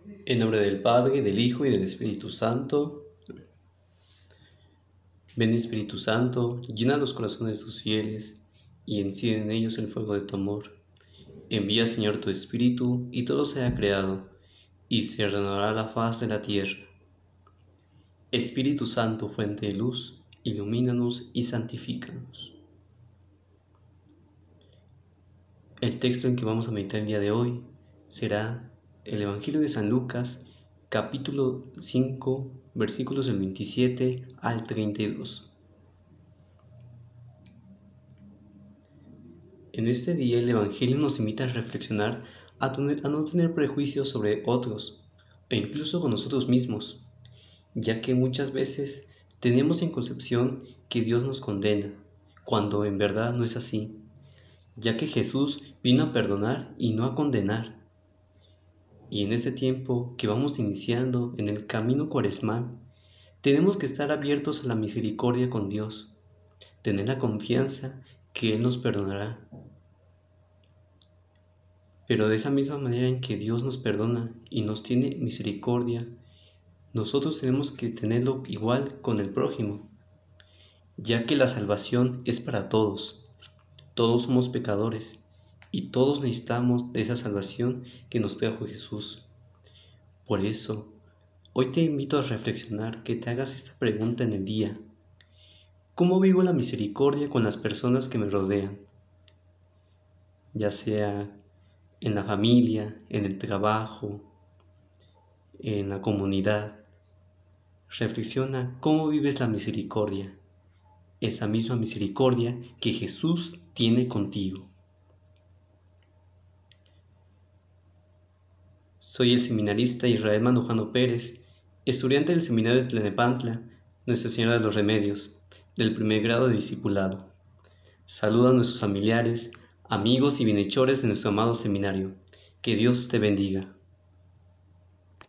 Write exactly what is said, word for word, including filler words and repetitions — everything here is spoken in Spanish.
En nombre del Padre, del Hijo y del Espíritu Santo. Ven Espíritu Santo, llena los corazones de tus fieles y enciende en ellos el fuego de tu amor. Envía, Señor, tu Espíritu y todo sea creado, y se renovará la faz de la tierra. Espíritu Santo, fuente de luz, ilumínanos y santifícanos. El texto en que vamos a meditar el día de hoy será el Evangelio de San Lucas, capítulo cinco, versículos del veintisiete al treinta y dos. En este día el Evangelio nos invita a reflexionar a, tener, a no tener prejuicios sobre otros e incluso con nosotros mismos, ya que muchas veces tenemos en concepción que Dios nos condena, cuando en verdad no es así, ya que Jesús vino a perdonar y no a condenar. Y en este tiempo que vamos iniciando en el camino cuaresmal, tenemos que estar abiertos a la misericordia con Dios, tener la confianza que Él nos perdonará. Pero de esa misma manera en que Dios nos perdona y nos tiene misericordia, nosotros tenemos que tenerlo igual con el prójimo, ya que la salvación es para todos. Todos somos pecadores y todos necesitamos de esa salvación que nos trajo Jesús. Por eso, hoy te invito a reflexionar, que te hagas esta pregunta en el día: ¿cómo vivo la misericordia con las personas que me rodean? Ya sea en la familia, en el trabajo, en la comunidad. Reflexiona cómo vives la misericordia, esa misma misericordia que Jesús tiene contigo. Soy el seminarista Israel Manujano Pérez, estudiante del Seminario de Tlalnepantla, Nuestra Señora de los Remedios, del primer grado de discipulado. Saluda a nuestros familiares, amigos y bienhechores de nuestro amado seminario. Que Dios te bendiga.